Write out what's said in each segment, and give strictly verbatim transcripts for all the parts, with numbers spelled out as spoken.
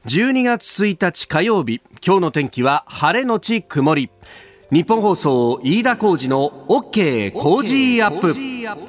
じゅうにがつついたち火曜日、今日の天気は晴れのち曇り。日本放送飯田浩司の OK 工事アップ。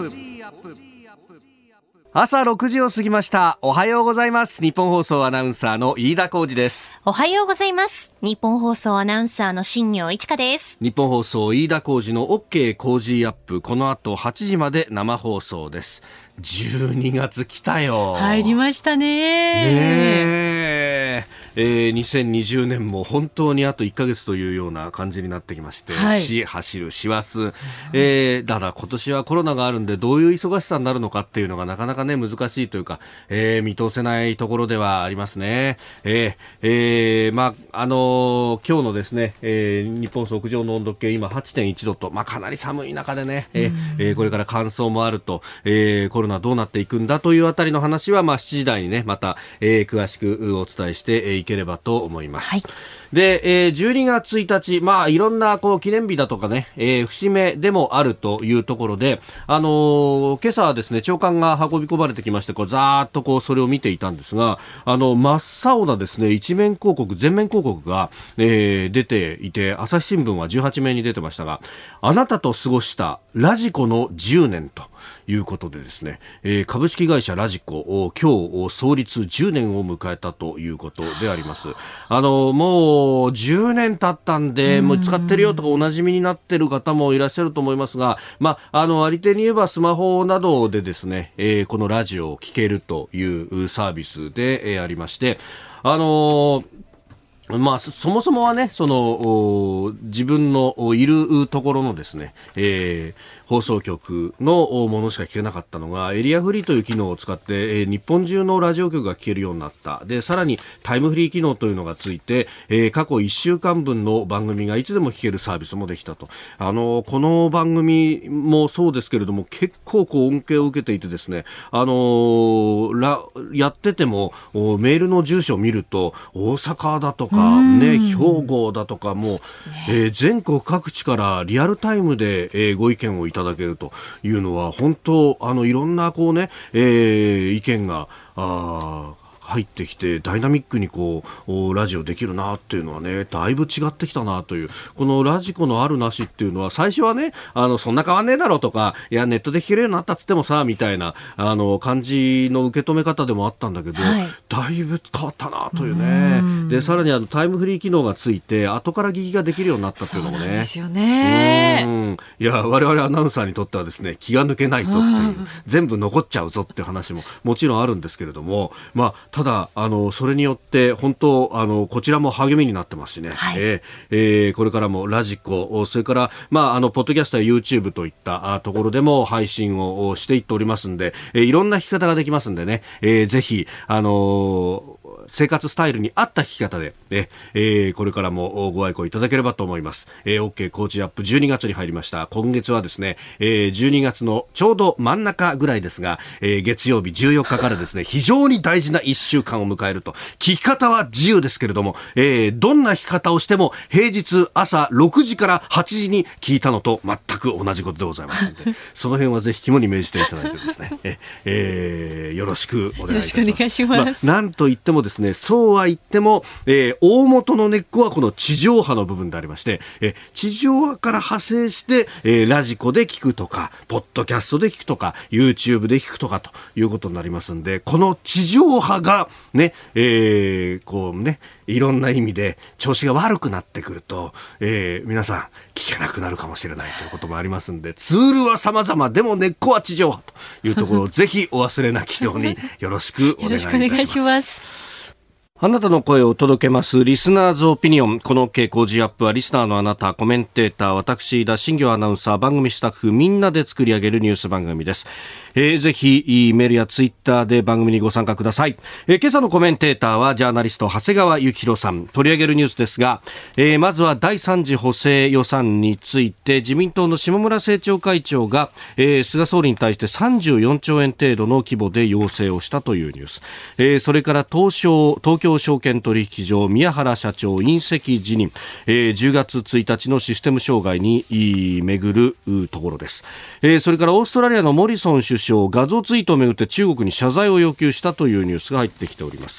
朝ろくじを過ぎました。おはようございます。日本放送アナウンサーの飯田浩司です。 おはようございます。日本放送アナウンサーの新業一華です。 日本放送飯田浩司の OK 工事アップ、この後はちじまで生放送です。じゅうにがつ来たよ。 入りましたね。 ねええー、にせんにじゅうねんも本当にあといっかげつというような感じになってきまして、はい、し走る師走、えー、だから今年はコロナがあるんでどういう忙しさになるのかっていうのがなかなかね難しいというか、えー、見通せないところではありますね。えーえー、まああのー、今日のですね、えー、日本屋上の温度計今 はちてんいちどと、まあ、かなり寒い中でね、えーえー、これから乾燥もあると、えー、コロナどうなっていくんだというあたりの話は、まあ、しちじ台にねまた、えー、詳しくお伝えしていければと思います。はい、で、えー、じゅうにがつついたち、まあいろんなこう記念日だとかね、えー、節目でもあるというところで、あのー、今朝はですね朝刊が運び込まれてきまして、こうざーっとこうそれを見ていたんですが、あの真っ青なですね一面広告、全面広告が、えー、出ていて、朝日新聞はじゅうはちめいに出てましたが、あなたと過ごしたラジコのじゅうねんということでですね、えー、株式会社ラジコ今日創立じゅうねんを迎えたということであります。あのもうじゅうねん経ったんで、もう使ってるよとかおなじみになってる方もいらっしゃると思いますが、まあ、あのあり手に言えばスマホなどでですね、えー、このラジオを聞けるというサービスで、えー、ありまして、あのーまあ、そもそもはね、その自分のいるところのですね、えー、放送局のものしか聞けなかったのが、エリアフリーという機能を使って、えー、日本中のラジオ局が聞けるようになった。で、さらにタイムフリー機能というのがついて、えー、過去いっしゅうかんぶんの番組がいつでも聞けるサービスもできたと。あのこの番組もそうですけれども、結構こう恩恵を受けていてですね、あのー、らやっててもメールの住所を見ると大阪だとかね、兵庫だとかもう、ねえー、全国各地からリアルタイムで、えー、ご意見をいただけるというのは本当あのいろんなこうね、えー、意見があ入ってきてダイナミックにこうラジオできるなっていうのはね、だいぶ違ってきたなという、このラジコのあるなしっていうのは最初はね、あのそんな変わんねえだろうとか、いやネットで聞けるようになったっつってもさみたいなあの感じの受け止め方でもあったんだけど、はい、だいぶ変わったなというね。でさらにあのタイムフリー機能がついて後から聞きができるようになったっていうのもね、 そうなんですよね。 うん、いや我々アナウンサーにとってはですね、気が抜けないぞっていう、全部残っちゃうぞっていう話ももちろんあるんですけれども、まあただあのそれによって本当あのこちらも励みになってますしね、はい、えーえー、これからもラジコ、それから、まあ、あのポッドキャストや YouTube といったところでも配信をしていっておりますんで、えー、いろんな弾き方ができますんでね、えー、ぜひあのー生活スタイルに合った弾き方で、ねえー、これからもご愛顧いただければと思います。えー、OK コーチアップじゅうにがつに入りました。今月はですね、えー、じゅうにがつのちょうど真ん中ぐらいですが、えー、月曜日じゅうよっかからですね、非常に大事ないっしゅうかんを迎えると。聞き方は自由ですけれども、えー、どんな弾き方をしても平日朝ろくじからはちじに聞いたのと全く同じことでございますので、その辺はぜひ肝に銘じていただいてですね、ええー、よろしくお願いいたします。 よろしくお願いします。 まあ、なんといってもですね、そうは言っても、えー、大元の根っこはこの地上波の部分でありまして、えー、地上波から派生して、えー、ラジコで聞くとかポッドキャストで聞くとか YouTube で聞くとかということになりますんで、この地上波がね、えー、こうね、いろんな意味で調子が悪くなってくると、えー、皆さん聞けなくなるかもしれないということもありますんで、ツールは様々でも根っこは地上波というところをぜひお忘れなきようによろしくお願いいたします。 よろしくお願いします。 あなたの声を届けますリスナーズオピニオン。この OK 工事アップはリスナーのあなた、コメンテーター、私田新行アナウンサー、番組スタッフみんなで作り上げるニュース番組です。えー、ぜひメールやツイッターで番組にご参加ください。えー、今朝のコメンテーターはジャーナリスト長谷川幸宏さん。取り上げるニュースですが、えー、まずはだいさん次補正予算について自民党の下村政調会長が、えー、菅総理に対してさんじゅうよんちょうえん程度の規模で要請をしたというニュース、えー、それから東証東京証券取引所宮原社長引責辞任、えー、じゅうがつついたちのシステム障害に巡るところです。えー、それからオーストラリアのモリソン首相、画像ツイートをめぐって中国に謝罪を要求したというニュースが入ってきております。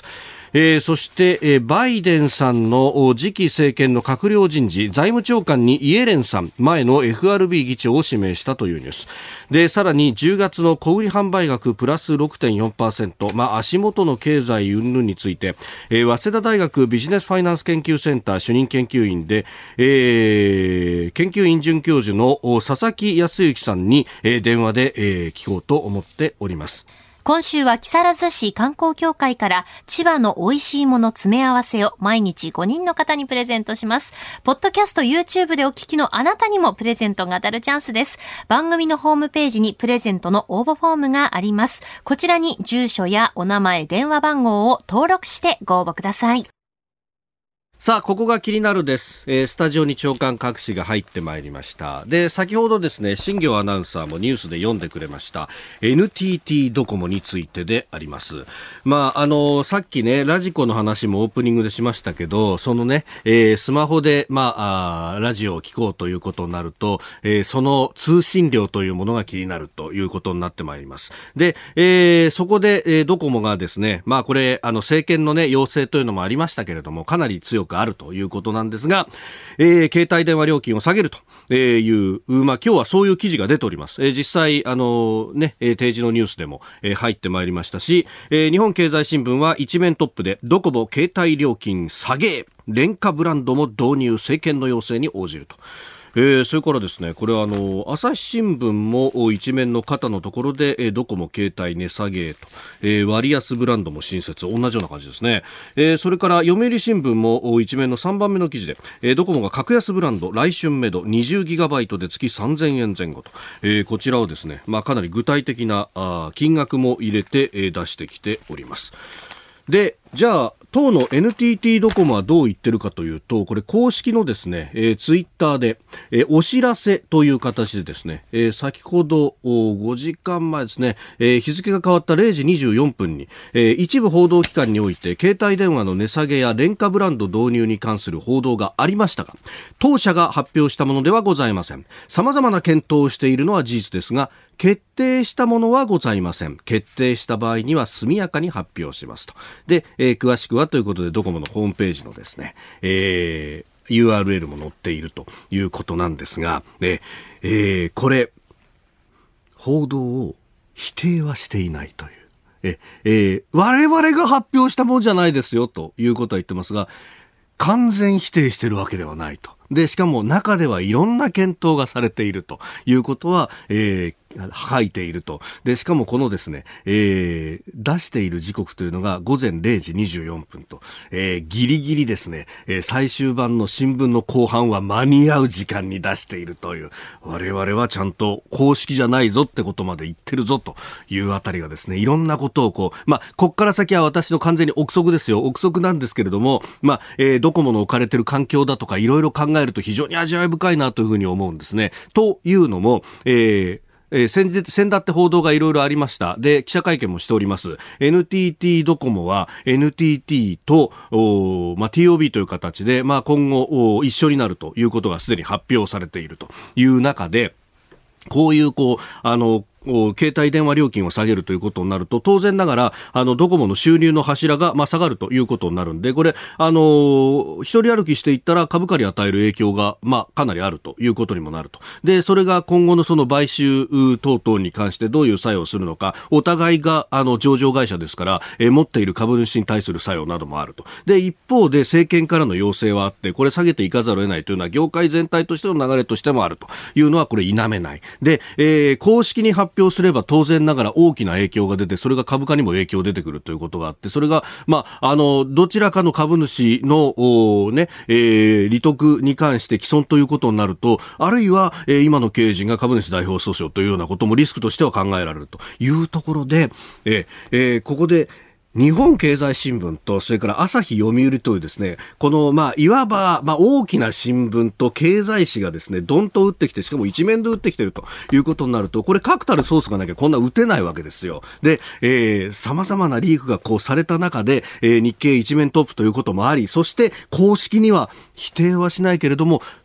えー、そして、えー、バイデンさんの次期政権の閣僚人事、財務長官にイエレンさん、前の エフアールビー 議長を指名したというニュースで、さらにじゅうがつの小売販売額プラス ろくてんよんパーセント、まあ、足元の経済云々について、えー、早稲田大学ビジネスファイナンス研究センター主任研究員で、えー、研究員准教授の佐々木康之さんに、えー、電話で、えー、聞こうと思っております。 今週は木更津市観光協会から千葉の美味しいもの詰め合わせを毎日ごにんの方にプレゼントします。ポッドキャスト YouTube でお聞きのあなたにもプレゼントが当たるチャンスです。番組のホームページにプレゼントの応募フォームがあります。こちらに住所やお名前、電話番号を登録してご応募ください。 さあ、ここが気になるです、えー、スタジオに長官各紙が入ってまいりました。で、先ほどですね、新業アナウンサーもニュースで読んでくれました エヌティーティー ドコモについてであります。まあ、あのさっきね、ラジコの話もオープニングでしましたけど、そのね、えー、スマホで、まあ、あラジオを聞こうということになると、えー、その通信量というものが気になるということになってまいります。で、えー、そこで、えー、ドコモがですね、まあ、これ、あの、政権のね、要請というのもありましたけれども、かなり強くあるということなんですが、えー、携帯電話料金を下げるという、まあ、今日はそういう記事が出ております。えー、実際あのね、提示のニュースでも、えー、入ってまいりましたし、えー、日本経済新聞は一面トップでドコモ携帯料金下げ、廉価ブランドも導入、政権の要請に応じると。えー、それからですね、これはあの朝日新聞も一面の肩のところで、えー、ドコモ携帯値下げと、えー、割安ブランドも新設、同じような感じですね。えー、それから読売新聞も一面のさんばんめの記事で、えー、ドコモが格安ブランド来春めど にじゅうギガバイト で月さんぜんえん前後と、えー、こちらをですね、まあ、かなり具体的なあ金額も入れて、えー、出してきております。で、じゃあ当の エヌティーティー ドコモはどう言ってるかというと、これ公式のですね、えー、ツイッターで、えー、お知らせという形でですね、えー、先ほどごじかんまえですね、えー、日付が変わったれいじにじゅうよんぷんに、えー、一部報道機関において携帯電話の値下げや廉価ブランド導入に関する報道がありましたが、当社が発表したものではございません。様々な検討をしているのは事実ですが、決定したものはございません。決定した場合には速やかに発表しますと。で、えー、詳しくはということでドコモのホームページのですね、えー、ユーアールエル も載っているということなんですが、ね、えー、これ報道を否定はしていないという、え、えー、我々が発表したものじゃないですよということは言ってますが、完全否定しているわけではないと。で、しかも中ではいろんな検討がされているということは、えー書いていると。で、しかもこのですね、えー、出している時刻というのがごぜんれいじにじゅうよんぷんと、えー、ギリギリですね、えー、最終版の新聞の後半は間に合う時間に出しているという、我々はちゃんと公式じゃないぞってことまで言ってるぞというあたりがですね、いろんなことをこう、まあ、こっから先は私の完全に憶測ですよ。憶測なんですけれども、まあ、えー、ドコモの置かれている環境だとかいろいろ考えると非常に味わい深いなというふうに思うんですね。というのも、えーえー、先日、先だって報道がいろいろありました。で、記者会見もしております。エヌティーティー ドコモは エヌティーティー と、まあ、ティーオービー という形で、まあ、今後一緒になるということがすでに発表されているという中で、こういう、こう、あの、携帯電話料金を下げるということになると、当然ながらあのドコモの収入の柱が、まあ、下がるということになるんで、これあの一人歩きしていったら株価に与える影響が、まあ、かなりあるということにもなると。で、それが今後のその買収等々に関してどういう作用をするのか、お互いがあの上場会社ですから、えー、持っている株主に対する作用などもあると。で、一方で政権からの要請はあって、これ下げていかざるを得ないというのは業界全体としての流れとしてもあるというのはこれ否めない。で、えー、公式に発表すれば当然ながら大きな影響が出て、それが株価にも影響出てくるということがあって、それが、まあ、あのどちらかの株主の、ねえー、利得に関して毀損ということになると、あるいは、えー、今の経営陣が株主代表訴訟というようなこともリスクとしては考えられるというところで、えーえー、ここで日本経済新聞とそれから朝日読売というですね、このまあいわばまあ大きな新聞と経済紙がですねドンと打ってきて、しかも一面で打ってきているということになると、これ確たるソースがなきゃこんな打てないわけですよ。で、えー、様々なリークがこうされた中で、えー、日経一面トップということもあり、そして公式には否定はしないけれども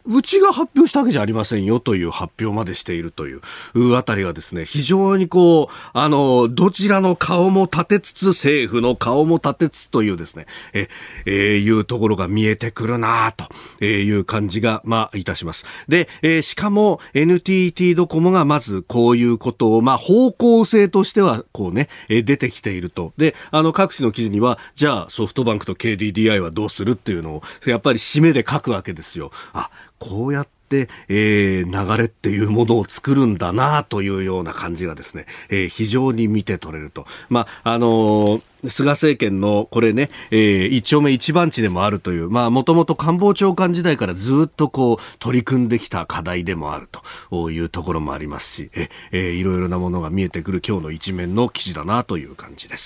うちが発表したわけじゃありませんよという発表までしているというあたりがですね、非常にこう、あの、どちらの顔も立てつつ、政府の顔も立てつつというですね、え、えー、いうところが見えてくるなという感じが、まあ、いたします。で、えー、しかも エヌティーティー ドコモがまずこういうことを、まあ、方向性としては、こうね、えー、出てきていると。で、あの、各紙の記事には、じゃあソフトバンクと ケーディーディーアイ はどうするっていうのを、やっぱり締めで書くわけですよ。あ、こうやって、えー、流れっていうものを作るんだなというような感じがですね、えー、非常に見て取れると。まあ、あのー、菅政権のこれね、えー、一丁目一番地でもあるという、まあ、もともと官房長官時代からずっとこう、取り組んできた課題でもあるというところもありますし、え、えー、いろいろなものが見えてくる今日の一面の記事だなという感じです。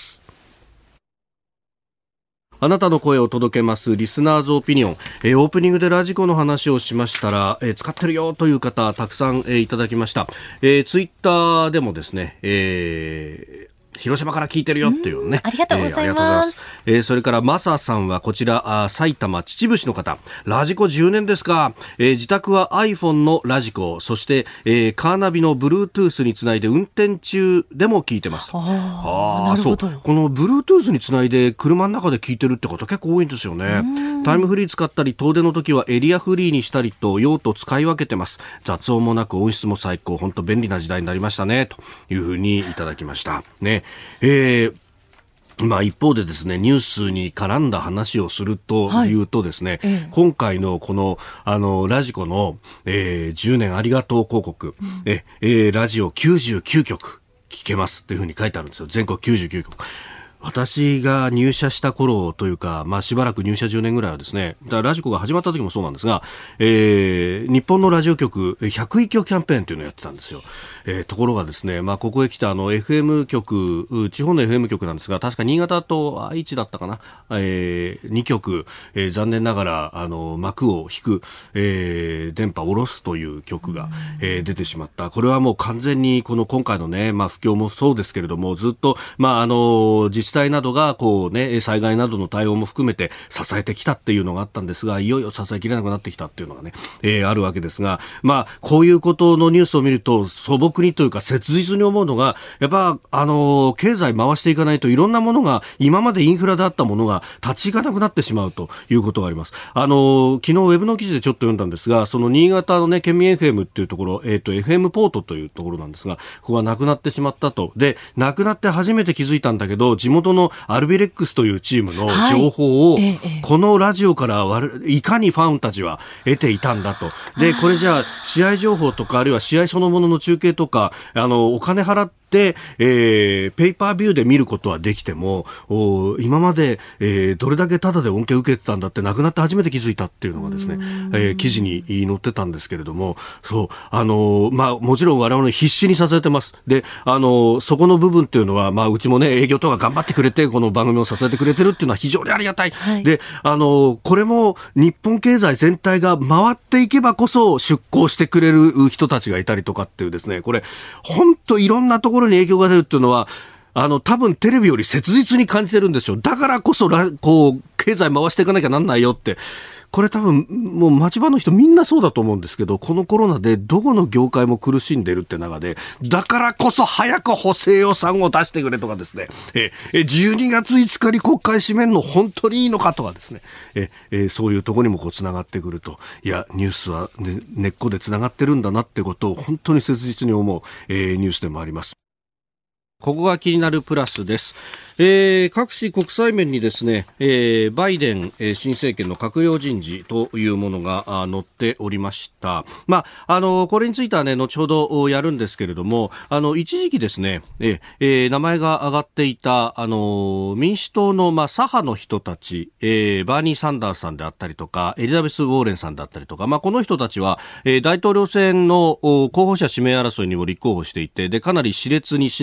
あなたの声を届けますリスナーズオピニオン、えー、オープニングでラジコの話をしましたら、えー、使ってるよという方たくさん、えー、いただきました、えー、ツイッターでもですね、えー広島から聞いてるよっていうね。 ありがとうございます。 えー、えー、それからマサさんはこちら、あ埼玉秩父市の方。ラジコじゅうねんですか。えー、自宅は iPhone のラジコ、そして、えー、カーナビの Bluetooth につないで運転中でも聞いてます。 ああ、なるほど。 そう。この Bluetooth につないで車の中で聞いてるって方結構多いんですよね。タイムフリー使ったり、遠出の時はエリアフリーにしたりと用途使い分けてます。雑音もなく音質も最高。本当便利な時代になりましたね。というふうにいただきました。ね。えーまあ、一方でですね、ニュースに絡んだ話をするというとですね、はいええ、今回のこの、あの、ラジコの、えー、じゅうねんありがとう広告、うん、え、えー、ラジオきゅうじゅうきゅうきょく聞けますっていうふうに書いてあるんですよ。全国きゅうじゅうきゅうきょく。私が入社した頃というか、まあ、しばらく入社じゅうねんぐらいはですね、だからラジコが始まった時もそうなんですが、えー、日本のラジオ局ひゃくいきょキャンペーンというのをやってたんですよ。えー、ところがですね、まあ、ここへ来たあの エフエム 局、地方の エフエム 局なんですが、確か新潟と愛知だったかな、えー、にきょく、えー、残念ながらあの幕を引く、えー、電波を下ろすという局が、えー、出てしまった。これはもう完全にこの今回のね、まあ、不況もそうですけれども、ずっと、まあ、あの自治体などがこうね、災害などの対応も含めて支えてきたっていうのがあったんですが、いよいよ支えきれなくなってきたっていうのがね、えー、あるわけですが、まあ、こういうことのニュースを見ると素朴にというか切実に思うのが、やっぱあの経済回していかないといろんなものが、今までインフラであったものが立ち行かなくなってしまうということがあります。あの昨日ウェブの記事でちょっと読んだんですが、その新潟のね、県民 エフエム っていうところ、えっと エフエム ポートというところなんですが、ここがなくなってしまったと。で、なくなって初めて気づいたんだけど、地元のアルビレックスというチームの情報を、はいええ、このラジオからいかにファンたちは得ていたんだと。で、これじゃあ試合情報とか、あるいは試合そのものの中継とか、あのお金払ってで、えー、ペーパービューで見ることはできても、今まで、えー、どれだけタダで恩恵を受けてたんだってなくなって初めて気づいたっていうのがですね、えー、記事に載ってたんですけれども、そう、あのー、まあ、もちろん我々必死に支えてます。で、あのー、そこの部分っていうのは、まあ、うちもね、営業とか頑張ってくれて、この番組を支えてくれてるっていうのは非常にありがたい。はい、で、あのー、これも日本経済全体が回っていけばこそ出向してくれる人たちがいたりとかっていうですね、これ、本当いろんなところに影響が出るっていうのは、あの多分テレビより切実に感じてるんですよ。だからこそラこう経済回していかなきゃなんないよって、これ多分もう町場の人みんなそうだと思うんですけど、このコロナでどこの業界も苦しんでるって中で、だからこそ早く補正予算を出してくれとかですね、ええじゅうにがついつかに国会締めるの本当にいいのかとかですね、ええそういうところにもこうつながってくると、いやニュースは、ね、根っこでつながってるんだなってことを本当に切実に思う、えー、ニュースでもあります。ここが気になるプラスです。えー、各種国際面にですね、えー、バイデン、えー、新政権の閣僚人事というものが載っておりました。まあ、あの、これについてはね、後ほどやるんですけれども、あの、一時期ですね、えー、名前が挙がっていた、あの、民主党の、まあ、左派の人たち、えー、バーニー・サンダースさんであったりとか、エリザベス・ウォーレンさんであったりとか、まあ、この人たちは、えー、大統領選の候補者指名争いにも立候補していて、で、かなり熾烈にしのぎを削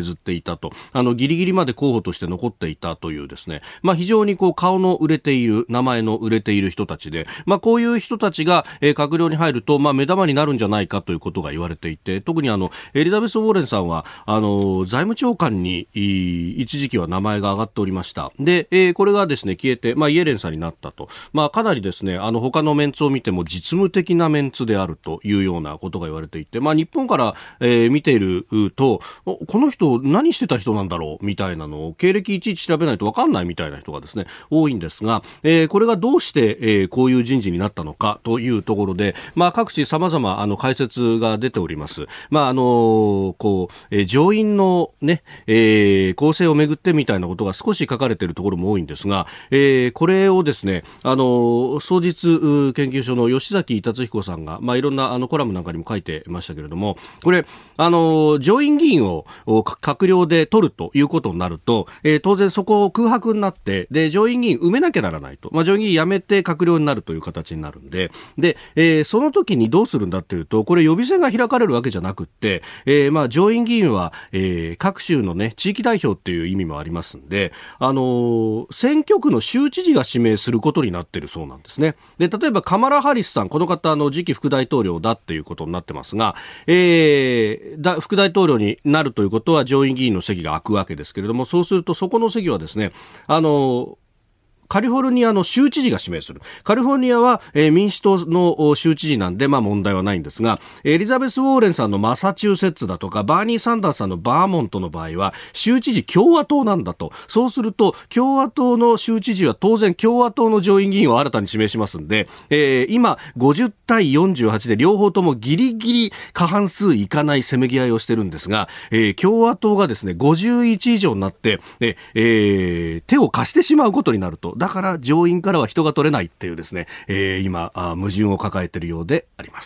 削っていたと、あのギリギリまで候補として残っていたというですね、まあ、非常にこう顔の売れている、名前の売れている人たちで、まあ、こういう人たちが、えー、閣僚に入ると、まあ、目玉になるんじゃないかということが言われていて、特にあのエリザベス・ウォーレンさんはあの財務長官に一時期は名前が挙がっておりました。で、えー、これがですね消えて、まあ、イエレンさんになったと、まあ、かなりですねあの他のメンツを見ても実務的なメンツであるというようなことが言われていて、まあ、日本から、えー、見ているとこの人何してた人なんだろうみたいなのを経歴いちいち調べないと分かんないみたいな人がですね多いんですが、えー、これがどうして、えー、こういう人事になったのかというところで、まあ、各地様々あの解説が出ております。まああのこう、えー、上院のね、えー、構成をめぐってみたいなことが少し書かれているところも多いんですが、えー、これをですねあの双日研究所の吉崎達彦さんが、まあ、いろんなあのコラムなんかにも書いてましたけれども、これあの上院議員を閣僚で取るということになると、えー、当然そこを空白になってで上院議員埋めなきゃならないと、まあ、上院議員辞めて閣僚になるという形になるんで、で、えー、その時にどうするんだっていうと、これ予備選が開かれるわけじゃなくって、えー、まあ上院議員は、えー、各州のね地域代表っていう意味もありますんで、あのー、選挙区の州知事が指名することになっているそうなんですね。で、例えばカマラ・ハリスさん、この方あの次期副大統領だっていうことになってますが、えー、だ副大統領になるということは上院議員の席が空くわけですけれども、そうするとそこの席はですね、あのーカリフォルニアの州知事が指名する。カリフォルニアは、えー、民主党の州知事なんで、まあ問題はないんですが、エリザベス・ウォーレンさんのマサチューセッツだとか、バーニー・サンダースさんのバーモントの場合は、州知事共和党なんだと。そうすると、共和党の州知事は当然共和党の上院議員を新たに指名しますんで、えー、今、ごじゅうたいよんじゅうはちで両方ともギリギリ過半数いかないせめぎ合いをしてるんですが、えー、共和党がですね、ごじゅういち以上になって、えー、手を貸してしまうことになると。だから上院からは人が取れないっていうですね、えー、今あ矛盾を抱えているようであります。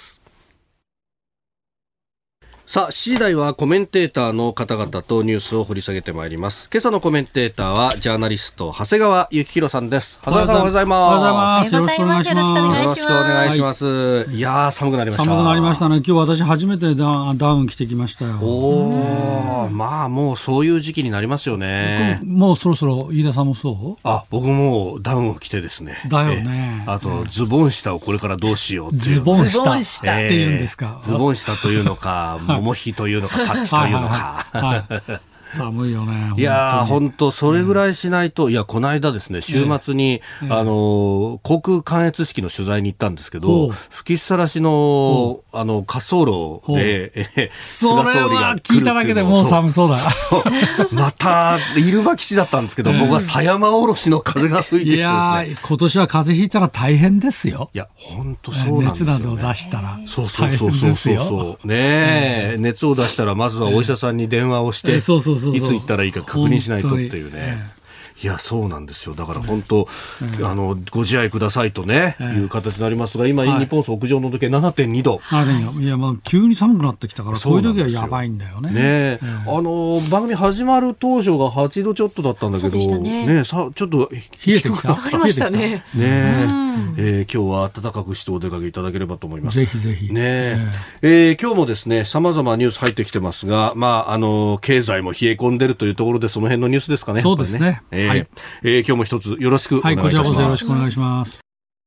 さあ、しちじ台はコメンテーターの方々とニュースを掘り下げてまいります。今朝のコメンテーターはジャーナリスト長谷川幸宏さんです。長谷川さん、おはようございます。 おはようございます。よろしくお願いします。 よろしくお願いします。はい、いやー、寒くなりました。 寒くなりましたね。今日私初めてダウン、ダウン着てきましたよ。 おー、まあもうそういう時期になりますよね。 もうそろそろ飯田さんもそう？ あ、僕もダウンを着てですね。 だよね。 あとズボン下をこれからどうしようっていう。 ズボン下って言うんですか。 ズボン下というのか、桃ひというのか、パッチというのか。 寒いよね。 いやー、本当それぐらいしないと、いや、この間ですね、週末に、ええ、あの、航空関越式の取材に行ったんですけど、吹きさらしの、あの、滑走路で、え、 菅総理が聞いただけでもう寒そうだ。 そうまた、入間基地だったんですけど、え、僕は狭山おろしの風が吹いてるんですね。いやー、今年は風邪ひいたら大変ですよ。 いや、本当そうなんですよ、ね。 熱などを出したら。 そうそうそうそうそう。ねえ、うん、熱を出したら、まずはお医者さんに電話をして、 え、そうそうそうそう、 いつ行ったらいいか確認しないとっていうね。いや、そうなんですよ。だから本当、えー、あのご自愛くださいとね、えー、いう形になりますが、今、はい、日本屋上の時計 ななてんにど。 いや、まあ急に寒くなってきたから、こういう時はやばいんだよね。ねえー、あの番組始まる当初がはちどちょっとだったんだけど、ねねさちょっと冷えてきた。 下がりましたね。 ねええー、今日は暖かくしてお出かけいただければと思います。 ぜひぜひ。 ねええー、今日もですね、様々ニュース入ってきてますが、まああの経済も冷え込んでるというところで、その辺のニュースですかね。 そうですね。 ねえーはいえー今日も一つよろしくお願いいたします。はい、こちらこそよろしくお願いします。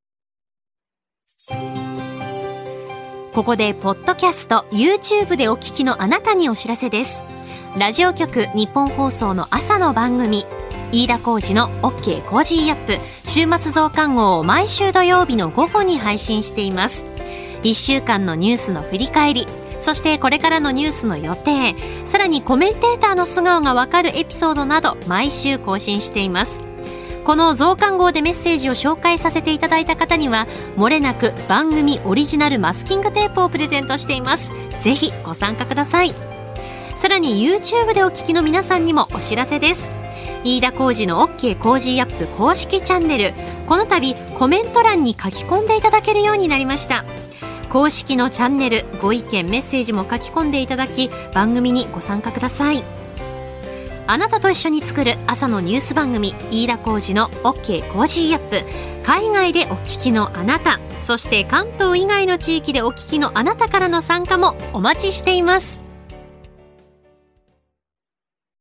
ここでポッドキャスト YouTube でお聞きのあなたにお知らせです。ラジオ局日本放送の朝の番組飯田浩司の OK コージーアップ週末増刊号を毎週土曜日の午後に配信しています。いっしゅうかんのニュースの振り返り、そしてこれからのニュースの予定、さらにコメンテーターの素顔がわかるエピソードなど毎週更新しています。この増刊号でメッセージを紹介させていただいた方には、漏れなく番組オリジナルマスキングテープをプレゼントしています。ぜひご参加ください。さらに YouTube でお聞きの皆さんにもお知らせです。飯田浩司の OK コージーアップ公式チャンネル、この度コメント欄に書き込んでいただけるようになりました。公式のチャンネル、ご意見メッセージも書き込んでいただき、番組にご参加ください。あなたと一緒に作る朝のニュース番組飯田浩司の OK コージーアップ、海外でお聞きのあなた、そして関東以外の地域でお聞きのあなたからの参加もお待ちしています。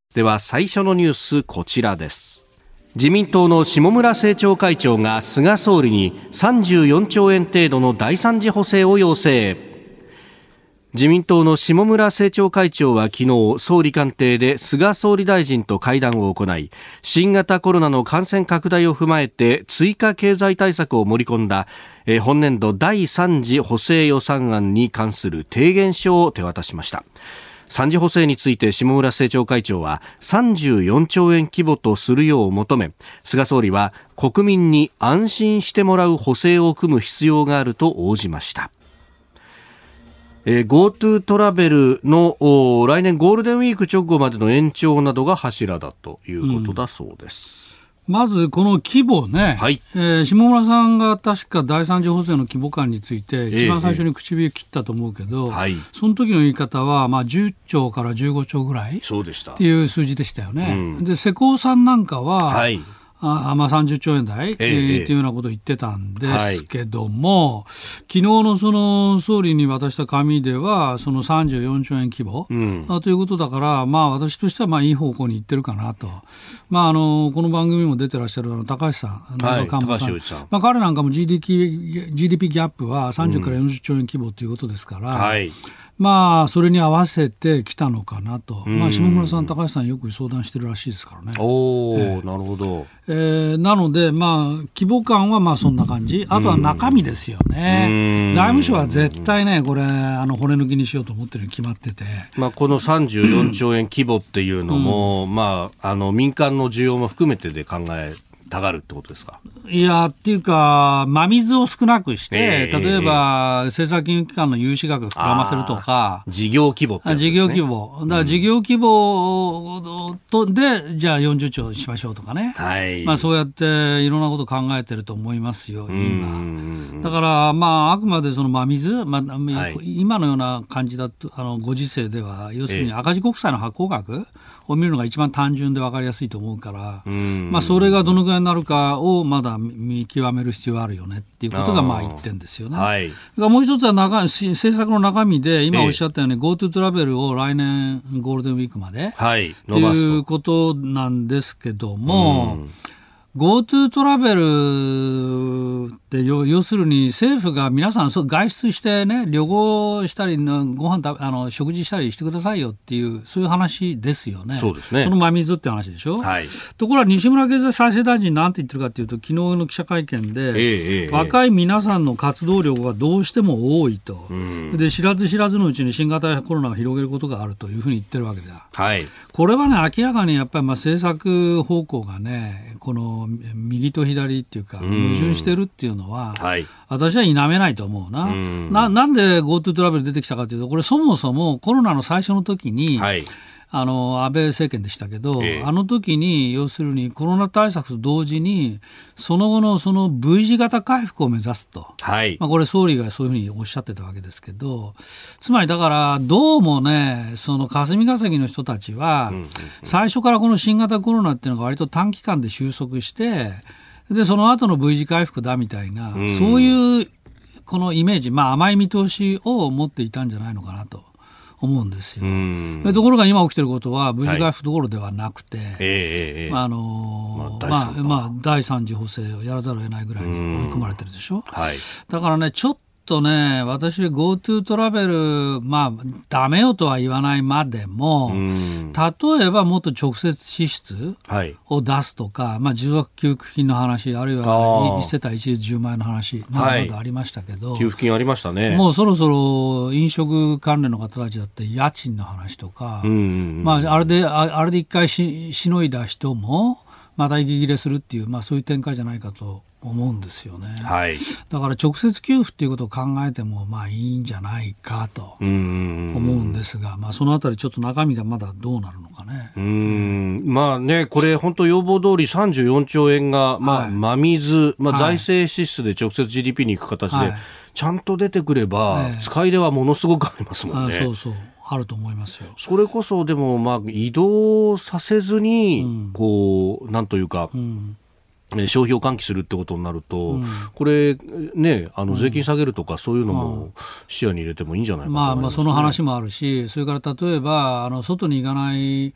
では最初のニュース、こちらです。自民党の下村政調会長が菅総理にさんじゅうよんちょうえん程度の第三次補正を要請。自民党の下村政調会長は昨日、総理官邸で菅総理大臣と会談を行い、新型コロナの感染拡大を踏まえて追加経済対策を盛り込んだ本年度だいさん次補正予算案に関する提言書を手渡しました。三次補正について下村政調会長はさんじゅうよんちょうえん規模とするよう求め、菅総理は国民に安心してもらう補正を組む必要があると応じました。えー、GoTo トラベルの来年ゴールデンウィーク直後までの延長などが柱だということだそうです。 うん、まずこの規模ね、はい、えー、下村さんが確か第三次補正の規模感について一番最初に唇切ったと思うけど、えーはい、その時の言い方はまあじゅっちょうからじゅうごちょうぐらいそうでしたっていう数字でしたよね。うん、で世耕さんなんかは、はい、あまあ、さんじゅっちょうえん台、えーえー、っていうようなことを言ってたんですけども、はい、昨日のその総理に渡した紙ではそのさんじゅうよんちょうえん規模、うん、ということだから、まあ、私としてはまあいい方向に行ってるかなと、まあ、あのこの番組も出てらっしゃるあの高橋さん、はい、高橋洋一さん、まあ、彼なんかも ジーディーピー ジーディーピー ギャップはさんじゅうからよんじゅっちょうえん規模ということですから、うん、はい、まあ、それに合わせてきたのかなと、まあ、下村さん、高橋さんよく相談してるらしいですからね。おー、えー、なるほど。えー、なので、まあ、規模感はまあそんな感じ、あとは中身ですよね。財務省は絶対ね、これあの骨抜きにしようと思ってるに決まってて、 まあ、このさんじゅうよんちょうえん規模っていうのも、うん、まあ、あの民間の需要も含めてで考えたがるってことですか。 いやっていうか真水を少なくして、えー、例えば、えー、政策金融機関の融資額を膨らませるとか、 事業規模ってやつですね。 事業規模だから事業規模とでじゃあよんじゅっちょうしましょうとかね、はい、まあ、そうやっていろんなことを考えてると思いますよ今。だからまああくまでその真水、まあ、はい、今のような感じだとあのご時世では要するに赤字国債の発行額を見るのが一番単純で分かりやすいと思うから、まあ、それがどのぐらいになるかをまだ見極める必要があるよねっていうことがまあ一点ですよね。はい、もう一つは中政策の中身で今おっしゃったように GoTo トラベルを来年ゴールデンウィークまで、はい、伸ばすということなんですけども、GoTo トラベルって要するに政府が皆さん外出してね旅行したりご飯あの食事したりしてくださいよっていうそういう話ですよね。そうですね。その真水って話でしょ。はい、ところが西村経済再生大臣なんて言ってるかというと昨日の記者会見で、えー、若い皆さんの活動量がどうしても多いと、うん、で知らず知らずのうちに新型コロナを広げることがあるというふうに言ってるわけだ。はい、これはね明らかにやっぱりまあ政策方向がねこの右と左っていうか矛盾してるっていうのは、はい、私は否めないと思うな。うん、な, なんで GoTo トラベル出てきたかというとこれそもそもコロナの最初の時に、はい、あの安倍政権でしたけど、えー、あの時に要するにコロナ対策と同時にその後のその V 字型回復を目指すと、はい、まあ、これ総理がそういうふうにおっしゃってたわけですけど、つまりだからどうもねその霞が関の人たちは最初からこの新型コロナっていうのが割と短期間で収束してでその後の V 字回復だみたいな、うん、そういうこのイメージ、まあ、甘い見通しを持っていたんじゃないのかなと思うんですよ。ところが今起きていることは V 字回復どころではなくて、はい、えーまああのーまあまあ、第三次補正をやらざるを得ないぐらいに追い込まれてるでしょ、はい、だからねちょっとね私 GoTo トラベルまあダメよとは言わないまでも例えばもっと直接支出を出すとか、はい、まあ、持続給付金の話あるいはいち世帯一律じゅうまんえんの話などなどありましたけど、はい、 給付金ありましたね。 もうそろそろ飲食関連の方たちだって家賃の話とか、うんうんうん、まあ、あれであれで一回ししのいだ人もまた息切れするっていう、まあ、そういう展開じゃないかと思うんですよね。はい、だから直接給付っていうことを考えてもまあいいんじゃないかと思うんですが、まあ、そのあたりちょっと中身がまだどうなるのかね。 うーん、まあね、これ本当要望通りさんじゅうよんちょうえんが、まあ、はい、真水、まあ、財政支出で直接 ジーディーピー に行く形で、はい、ちゃんと出てくれば、はい、使い出はものすごくありますもんね。 あ、そうそうあると思いますよ。 それこそでもまあ移動させずに、うん、こうなんというか、うん、消費を喚起するってことになると、うん、これねあの税金下げるとかそういうのも視野に入れてもいいんじゃないかと思いますね。 まあまあその話もあるし、それから例えばあの外に行かない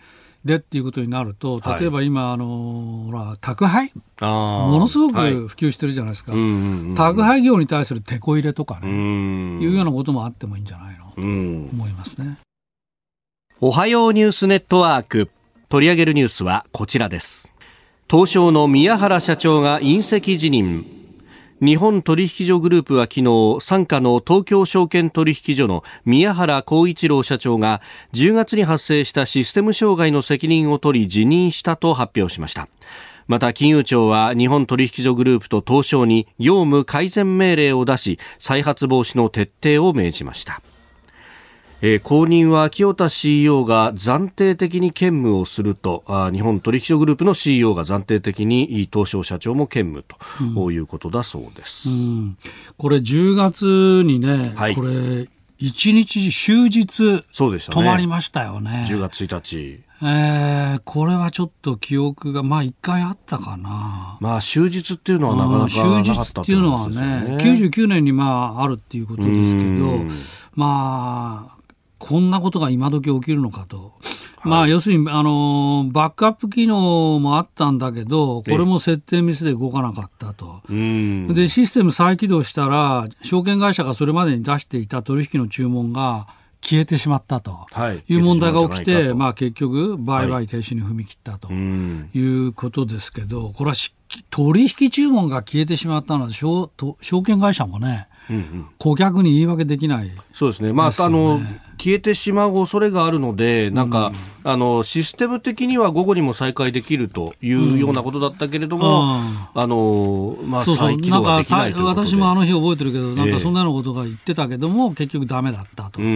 でっていうことになると、例えば今、はい、あのほら宅配ものすごく普及してるじゃないですか、はい、宅配業に対するテこ入れとかね、いうようなこともあってもいいんじゃないのと思いますね。 おはようニュースネットワーク、取り上げるニュースはこちらです。東証の宮原社長が引責辞任。日本取引所グループは昨日、傘下の東京証券取引所の宮原幸一郎社長がじゅうがつに発生したシステム障害の責任を取り辞任したと発表しました。また金融庁は日本取引所グループと東証に業務改善命令を出し、再発防止の徹底を命じました。えー、後任は清田 シーイーオー が暫定的に兼務をすると、あ日本取引所グループの シーイーオー が暫定的に東証社長も兼務ということだそうです、 うんうん、これじゅうがつにね、はい、これいちにち終日止まりましたよね。 じゅうがつついたち、 えー、これはちょっと記憶がまあいっかいあったかな。 まあ終日っていうのはなかなかなかったと思うんですよね。 終日っていうのはねきゅうじゅうきゅうねんにまああるっていうことですけど、まあこんなことが今時起きるのかと、はい、まあ要するにあのバックアップ機能もあったんだけど、これも設定ミスで動かなかったと。でシステム再起動したら証券会社がそれまでに出していた取引の注文が消えてしまったという問題が起きて、まあ、結局売買停止に踏み切ったということですけど、これは取引注文が消えてしまったのは 証, 証券会社もね、うんうん、顧客に言い訳できないですよね。 そうですね、まあ、あの消えてしまう恐れがあるので、なんか、うん、あのシステム的には午後にも再開できるというようなことだったけれども、うん、あのまあ、再起動ができないということで、 私もあの日覚えてるけど、なんかそんなようなことが言ってたけども、えー、結局ダメだったと、うん、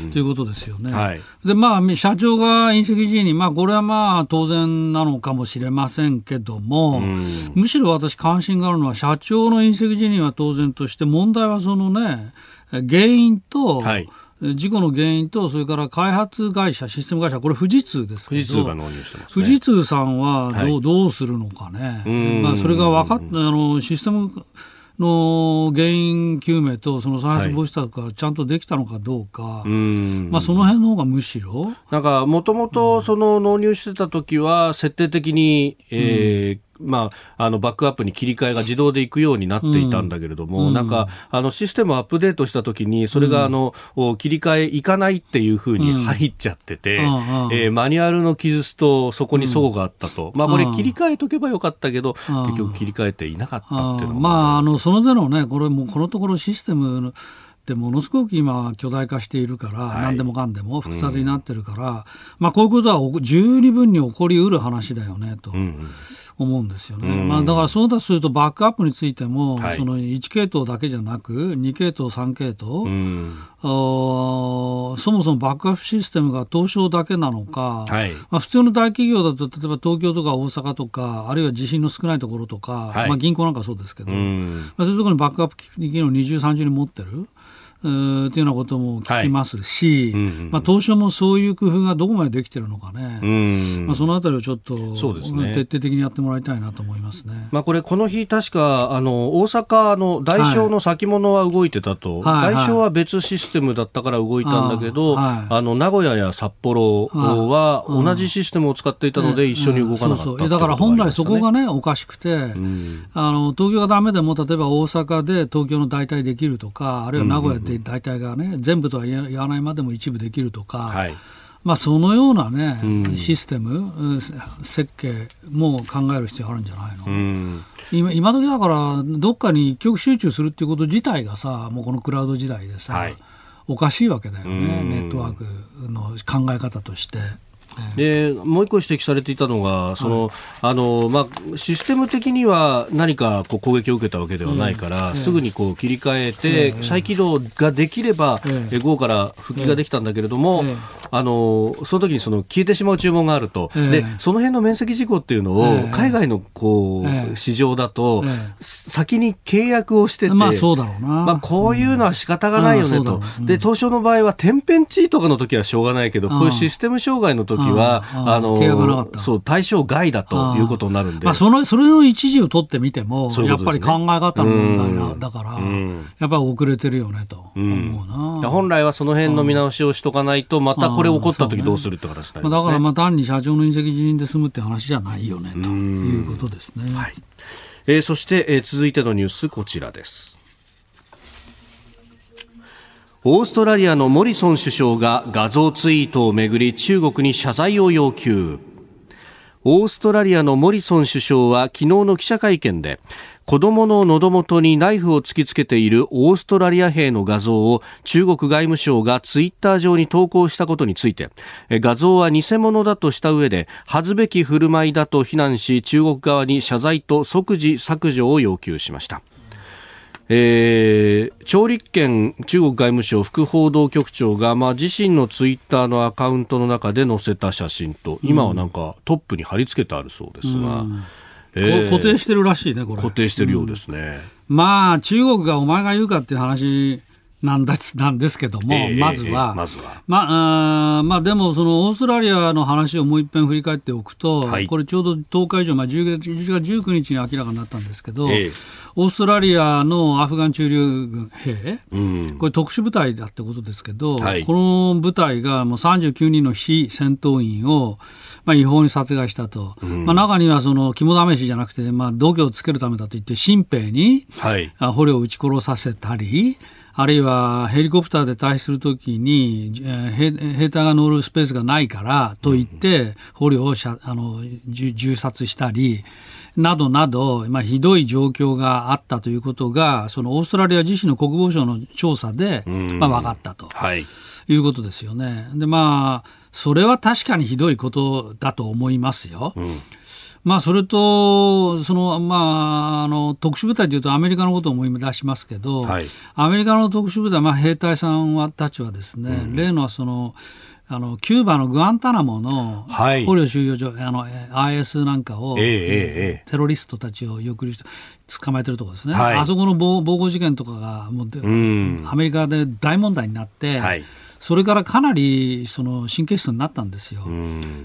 ということですよね、はい。でまあ、社長が引責辞任、まあ、これはまあ当然なのかもしれませんけども、うん、むしろ私関心があるのは社長の引責辞任は当然として、問題はそのね原因と、はい、事故の原因と、それから開発会社、システム会社、これ富士通ですけど、 富士通が納入してますね。 富士通さんはどう、はい、どうするのかね、まあ、それが分かっあのシステムの原因究明とその再発防止策がちゃんとできたのかどうか、はい、まあ、その辺の方がむしろなんかもともとその納入してた時は設定的に、えーうんまあ、あのバックアップに切り替えが自動でいくようになっていたんだけれども、うん、なんかあのシステムをアップデートしたときにそれがあの、うん、切り替えいかないっていうふうに入っちゃってて、うんえー、マニュアルの記述とそこに齟齬があったと、うんまあ、これ切り替えとけばよかったけど、うん、結局切り替えていなかったっていうのが、 まあ、あのその手のね、これもこのところシステムのでものすごく今巨大化しているから、はい、何でもかんでも複雑になってるから、うんまあ、こういうことは十二分に起こりうる話だよねと思うんですよね、うんまあ、だからそうだとするとバックアップについても、はい、そのいち系統だけじゃなくに系統さん系統、うん、そもそもバックアップシステムが東証だけなのか、はいまあ、普通の大企業だと例えば東京とか大阪とかあるいは地震の少ないところとか、はいまあ、銀行なんかそうですけど、うんまあ、そういうところにバックアップ機能にじゅうさんじゅうに持ってるというようなことも聞きますし、はいうんうんまあ、東証もそういう工夫がどこまでできているのかね、うんまあ、そのあたりをちょっとそうです、ね、徹底的にやってもらいたいなと思いますね。 まあ、これこの日確かあの大阪の代証の先物は動いてたと、はい、代証は別システムだったから動いたんだけど、はい、あの名古屋や札幌は同じシステムを使っていたので一緒に動かなかった、そうそうだから本来そこがねおかしくて、うん、あの東京がダメでも例えば大阪で東京の代替できるとかあるいは名古屋で大体がね全部とは言わないまでも一部できるとか、はいまあ、そのようなね、うん、システム設計も考える必要あるんじゃないの、うん、今, 今時だからどっかに一極集中するっていうこと自体がさもうこのクラウド時代でさ、はい、おかしいわけだよね、うん、ネットワークの考え方として。 でもう一個指摘されていたのがその、はいあのまあ、システム的には何かこう攻撃を受けたわけではないから、えー、すぐにこう切り替えて、えー、再起動ができれば、えー、午後から復帰ができたんだけれども、えー、あのその時にその消えてしまう注文があると、えー、でその辺の免責事項っていうのを、えー、海外のこう、えー、市場だと、えー、先に契約をしてて、 まあそうだろうなまあ、こういうのは仕方がないよねと、うん、で東証の場合は天変地異とかの時はしょうがないけど、うん、こういうシステム障害の時は、 あああの契約がなかった。 そう、対象外だということになるんで。 まあ、その、それの一時を取ってみても、 そういうことですね、 やっぱり考え方の問題な、だから、 うん、 やっぱり遅れてるよね、と思うな。 うん、本来はその辺の見直しをしとかないと、またこれ起こった時どうするって形になりますね。 だからまあ単に社長の引責辞任で済むって話じゃないよね、ということですね。 はい。えー、そして、えー、続いてのニュース、こちらです。オーストラリアのモリソン首相が画像ツイートをめぐり中国に謝罪を要求。オーストラリアのモリソン首相は昨日の記者会見で、子供の喉元にナイフを突きつけているオーストラリア兵の画像を中国外務省がツイッター上に投稿したことについて、画像は偽物だとした上で恥ずべき振る舞いだと非難し、中国側に謝罪と即時削除を要求しました。えー、趙立堅中国外務省副報道局長が、まあ、自身のツイッターのアカウントの中で載せた写真と、今はなんかトップに貼り付けてあるそうですが、うん、 えー、固定してるらしいね、これ。 固定してるようですね。 うん、まあ中国がお前が言うかっていう話なんだなんですけども、えー、まずは、えー、まずはまあ、あまあでもそのオーストラリアの話をもう一遍振り返っておくと、はい、これちょうどとおか以上、まあ、じゅうがつじゅういちがつじゅうくにちに明らかになったんですけど、えー、オーストラリアのアフガン駐留軍兵、うん、これ特殊部隊だってことですけど、はい、この部隊がもうさんじゅうきゅうにんの非戦闘員を、まあ、違法に殺害したと、うん、まあ、中にはその肝試しじゃなくて、まあ、度胸をつけるためだと言って新兵に、はい、捕虜を撃ち殺させたり、あるいはヘリコプターで退避するときに、えー、兵隊が乗るスペースがないからと言って捕虜をあの銃殺したりなどなど、まあ、ひどい状況があったということがそのオーストラリア自身の国防省の調査で、まあ、分かったと、はい、いうことですよね。で、まあ、それは確かにひどいことだと思いますよ。うん、まあ、それとその、まあ、あの特殊部隊というとアメリカのことを思い出しますけど、はい、アメリカの特殊部隊、まあ、兵隊さんはたちはですね、うん、例のそのあのキューバのグアンタナモの捕虜収容所、はい、あの アイエス なんかを、えーえー、テロリストたちをよく捕まえてるところですね、はい、あそこの暴行事件とかがもう、うん、アメリカで大問題になって、はい、それからかなりその神経質になったんですよ。うん、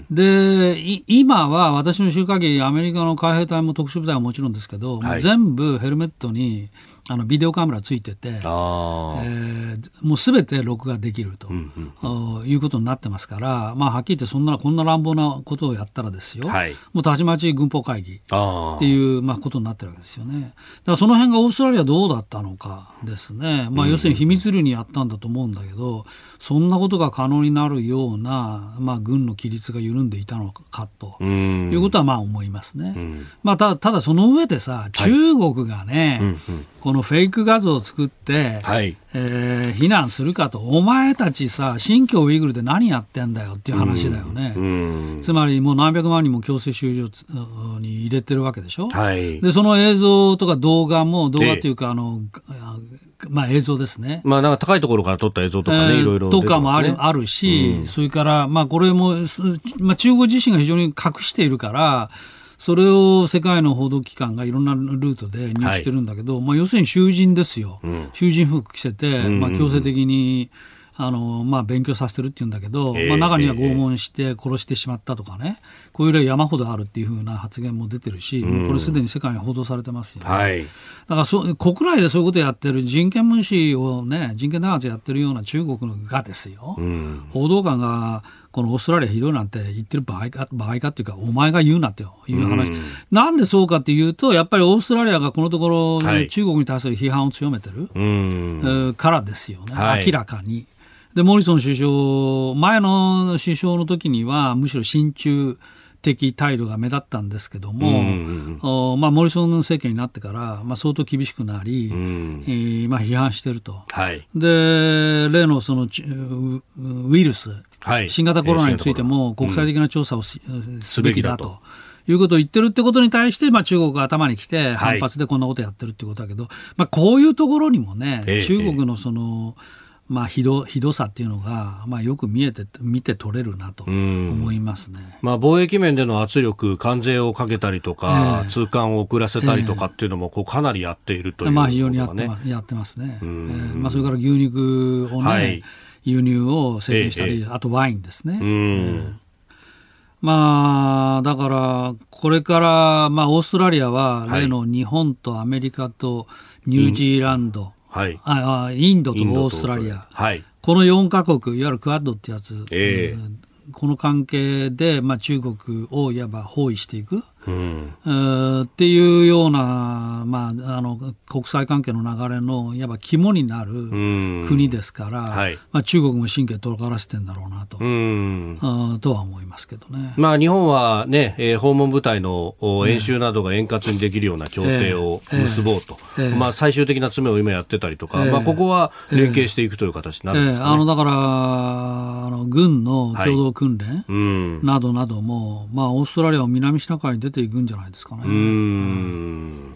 で今は私の知る限りアメリカの海兵隊も特殊部隊はもちろんですけど、はい、全部ヘルメットにあのビデオカメラついてて、あ、えー、もうすべて録画できると、うんうん、いうことになってますから、まあ、はっきり言ってそんなこんな乱暴なことをやったらですよ、はい、もうたちまち軍法会議っていう、まあ、ことになってるわけですよね。だからその辺がオーストラリアどうだったのかですね、まあ、要するに秘密裏にやったんだと思うんだけど、そんなことが可能になるような、まあ、軍の規律が緩んでいたのかということはまあ思いますね。うん、まあ、ただ、ただその上でさ、中国がね、はい、うんうん、このフェイク画像を作って、はい、えー、非難するかと、お前たちさ、新疆ウイグルで何やってんだよっていう話だよね。うんうん、つまりもう何百万人も強制収容所に入れてるわけでしょ。はい、でその映像とか動画も、動画っていうか、あのまあ、映像ですね、 まあ、なんか高いところから撮った映像とかね、えー、いろいろ、ね、 とかもある、あるし、うん、それから、まあ、これも、まあ、中国自身が非常に隠しているから、それを世界の報道機関がいろんなルートで入手してるんだけど、はい、まあ、要するに囚人ですよ、うん、囚人服着せて、まあ、強制的にあの、まあ、勉強させてるっていうんだけど、えーまあ、中には拷問して殺してしまったとかね、えー、こういう例山ほどあるっていうふうな発言も出てるし、うん、これすでに世界に報道されてますよね。はい、だからそ国内でそういうことをやってる、人権無視をね、人権弾圧やってるような中国がですよ、うん、報道官がこのオーストラリアひどいなんて言ってる場合か、場合かっていうか、お前が言うなっていう話、うん、なんでそうかっていうと、やっぱりオーストラリアがこのところ、はい、中国に対する批判を強めてる、うん、からですよね、はい、明らかに。でモリソン首相、前の首相の時にはむしろ親中的態度が目立ったんですけども、うんうん、まあ、モリソン政権になってから、まあ、相当厳しくなり、うん、えーまあ、批判していると、はい、で例のそのウイルス、はい、新型コロナについても国際的な調査を す,、うん、すべきだということを言ってるってことに対して、まあ、中国が頭にきて反発でこんなことやってるってことだけど、はい、まあ、こういうところにもね、ええ、中国のその、まあ、ひど、ひどさっていうのが、まあ、よく見えて見て取れるなと思いますね。 まあ、貿易面での圧力、関税をかけたりとか、えー、通関を遅らせたりとかっていうのもこうかなりやっているという、ね、 まあ、非常にやってます、やってますね。えーまあ、それから牛肉をね、はい、輸入を制限したり、えー、あとワインですね。うん、えーまあ、だから、これから、まあ、オーストラリアは、例の日本とアメリカとニュージーランド、 はい、 あインドとオーストラリア、 はい、 このよんカ国、いわゆるクアッドってやつ、 えー、 この関係で、まあ、中国をいわば包囲していく。うん、っていうような、まあ、あの国際関係の流れのいわば肝になる国ですから、はい、まあ、中国も神経とがらせてんだろうなと、うんとは思いますけどね。 まあ、日本は、ね、えー、訪問部隊の演習などが円滑にできるような協定を結ぼうと、えーえーまあ、最終的な詰めを今やってたりとか、えーまあ、ここは連携していくという形になるんですかね。 えーえー、あのだからあの軍の共同訓練、はい、うん、などなども、まあ、オーストラリアを南シナ海に出ていくんじゃないですかね。うーん、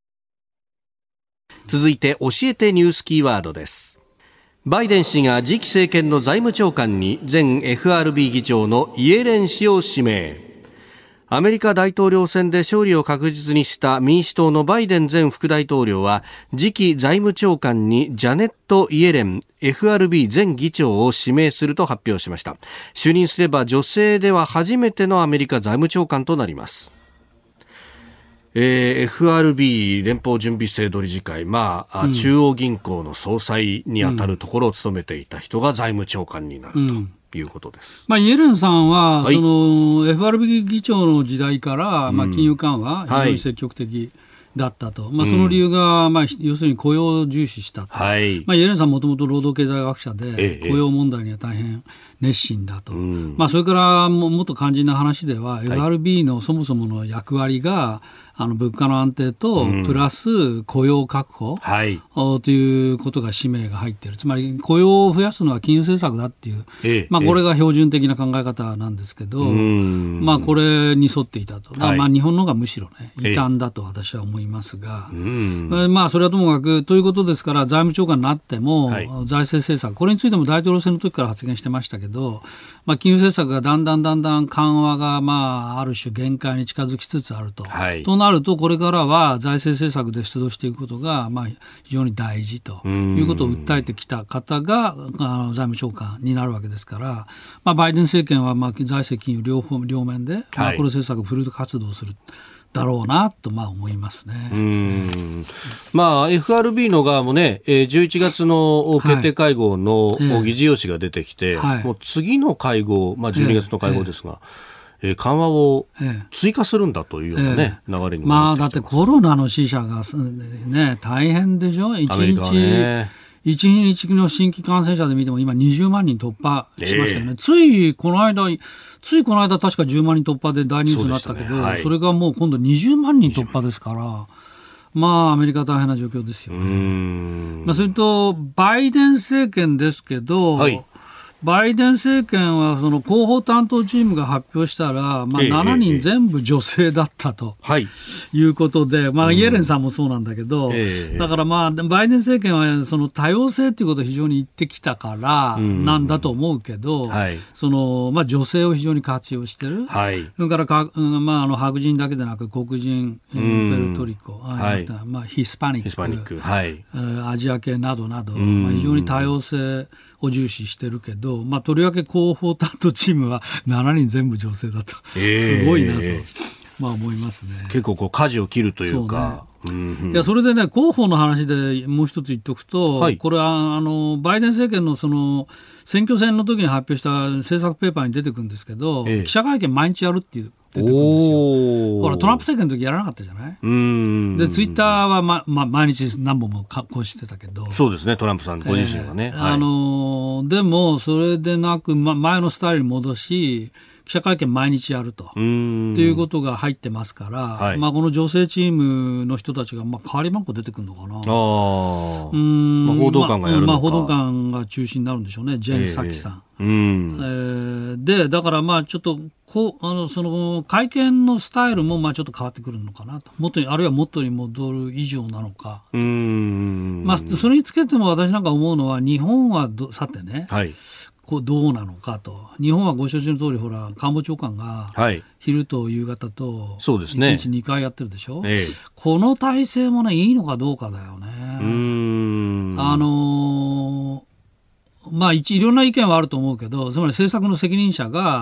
続いて教えてニュースキーワードです。バイデン氏が次期政権の財務長官に前 エフアールビー 議長のイエレン氏を指名。アメリカ大統領選で勝利を確実にした民主党のバイデン前副大統領は次期財務長官にジャネット・イエレン エフアールビー 前議長を指名すると発表しました。就任すれば女性では初めてのアメリカ財務長官となります。えー、エフアールビー 連邦準備制度理事会、まあ、うん、中央銀行の総裁にあたるところを務めていた人が財務長官になると。うんいうことです。 まあ、イエレンさんは、はい、その エフアールビー 議長の時代から、まあ、金融緩和、非常に積極的だったと、はい、まあ、その理由が、まあ、要するに雇用を重視したと、はい、まあ、イエレンさんもともと労働経済学者で、雇用問題には大変熱心だと、まあ、それからももっと肝心な話では、はい、エフアールビー のそもそもの役割があの物価の安定とプラス雇用確保、はい、ということが使命が入っている。つまり雇用を増やすのは金融政策だっていう、ええまあ、これが標準的な考え方なんですけど、まあ、これに沿っていたと、はい、まあ、日本の方がむしろ、ね、異端だと私は思いますが、まあ、それはともかくということですから、財務長官になっても、はい、財政政策、これについても大統領選の時から発言してましたけど、まあ、金融政策がだんだんだんだん緩和が、まあ、ある種限界に近づきつつあると、はい、となるとこれからは財政政策で出動していくことが、まあ、非常に大事ということを訴えてきた方があの財務長官になるわけですから、まあ、バイデン政権は、まあ、財政金融両方両面で、マクロ政策をフル活動するだろうなと、まあ、思いますね。うーん、 まあ、エフアールビー の側もね、じゅういちがつの決定会合の議事要旨が出てきて、はい、もう次の会合、まあ、じゅうにがつの会合ですが、えええー、緩和を追加するんだというような、ねええ、流れにまあ、だってコロナの死者が、ね、大変でしょ。いちにち、ね、いちにちの新規感染者で見ても今にじゅうまんにん突破しましたよね、えー、ついこの間ついこの間確かじゅうまんにん突破で大ニュースになったけど そ,、ねはい、それがもう今度にじゅうまんにん突破ですから、まあアメリカ大変な状況ですよね。うーん、まあ、それとバイデン政権ですけど、はい、バイデン政権はその広報担当チームが発表したら、まあ、しちにん全部女性だったということで、まあ、イエレンさんもそうなんだけど、だからまあバイデン政権はその多様性ということを非常に言ってきたからなんだと思うけど、そのまあ女性を非常に活用してる、それからか、まあ、あの白人だけでなく黒人、プエルトリコ、まあ、ヒスパニック、アジア系などなど、まあ、非常に多様性を重視してるけど、まあ、とりわけ広報担当チームはしちにん全部女性だと、えー、すごいなと、まあ、思いますね。 結構こう舵を切るというか。 そうね、うんうん、いやそれでね、広報の話でもう一つ言っておくと、はい、これはあのバイデン政権のその選挙戦の時に発表した政策ペーパーに出てくるんですけど、えー、記者会見毎日やるっていう出てくるんですよ。ほらトランプ政権の時やらなかったじゃない。うーんでツイッターは、まま、毎日何本も更新してたけど。 そうですね、トランプさんご自身はね、 えーはい、あのでもそれでなく、ま、前のスタイルに戻し記者会見毎日やるとということが入ってますから、はい、まあ、この女性チームの人たちが、まあ、代わり番号出てくるのかな。あ、 うん、まあ、報道官がやるのか、 まあ、報道官が中心になるんでしょうね、ジェーン・サキさん、えーうんえー、でだからまあちょっとこうあのその会見のスタイルもまあちょっと変わってくるのかなと、元にあるいは元に戻る以上なのか。うーん、まあ、それにつけても私なんか思うのは日本はどさてね、はい、こうどうなのかと。日本はご承知の通りほら官房長官が昼と夕方といちにちにかいやってるでしょ、ええ、この体制もねいいのかどうかだよね。うーん、あのーまあ、いろんな意見はあると思うけど、つまり政策の責任者が